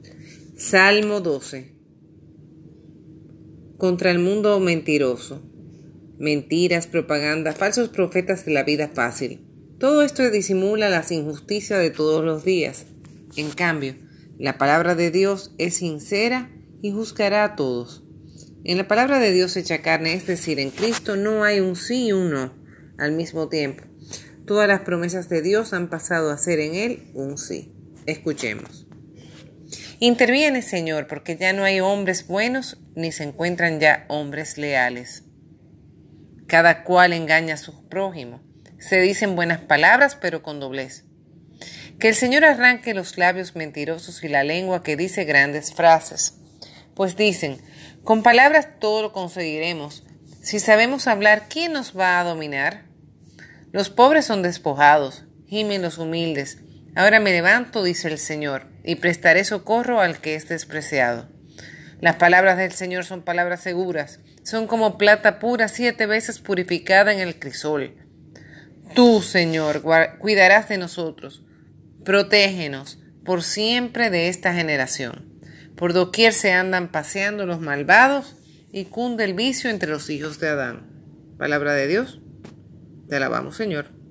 Salmo 12. Contra el mundo mentiroso. Mentiras, propaganda, falsos profetas de la vida fácil. Todo esto disimula las injusticias de todos los días. En cambio, la palabra de Dios es sincera y juzgará a todos. En la palabra de Dios hecha carne, es decir, en Cristo, no hay un sí y un no al mismo tiempo. Todas las promesas de Dios han pasado a ser en Él un sí. Escuchemos. Interviene, Señor, porque ya no hay hombres buenos, ni se encuentran ya hombres leales. Cada cual engaña a su prójimo. Se dicen buenas palabras, pero con doblez. Que el Señor arranque los labios mentirosos y la lengua que dice grandes frases. Pues dicen, con palabras todo lo conseguiremos. Si sabemos hablar, ¿quién nos va a dominar? Los pobres son despojados, gimen los humildes. Ahora me levanto, dice el Señor, y prestaré socorro al que es despreciado. Las palabras del Señor son palabras seguras, son como plata pura 7 veces purificada en el crisol. Tú, Señor, cuidarás de nosotros, protégenos por siempre de esta generación. Por doquier se andan paseando los malvados y cunde el vicio entre los hijos de Adán. Palabra de Dios, te alabamos, Señor.